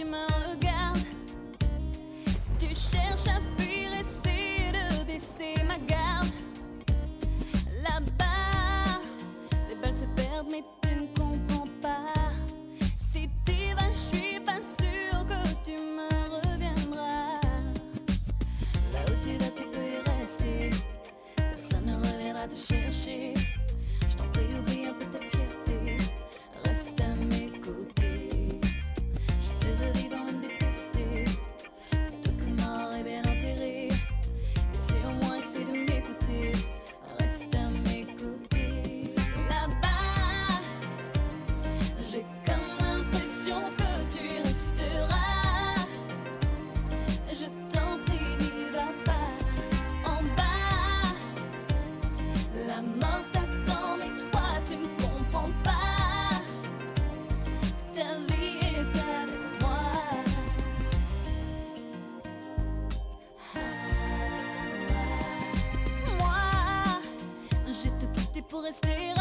tu me regardes. Tu cherches à fuir, essayer de baisser ma garde. Là-bas, les balles se perdent, mais tu ne comprends pas. Si tu vas, je suis pas sûre que tu me reviendras. Là où tu vas, tu peux y rester. Personne ne reviendra te chercher. Je t'en prie, oublie un peu ta fierté. Reste à mes côtés. Je te veux vivant et détester. Plutôt que mort et bien enterré. Essaie au moins, essaie de m'écouter. Reste à mes côtés. Là-bas, j'ai comme l'impression que tu resteras. Je t'en prie, n'y va pas. En bas, la mort t'attend, mais toi tu ne comprends pas. Ta vie est avec moi. Moi, j'ai tout quitté pour rester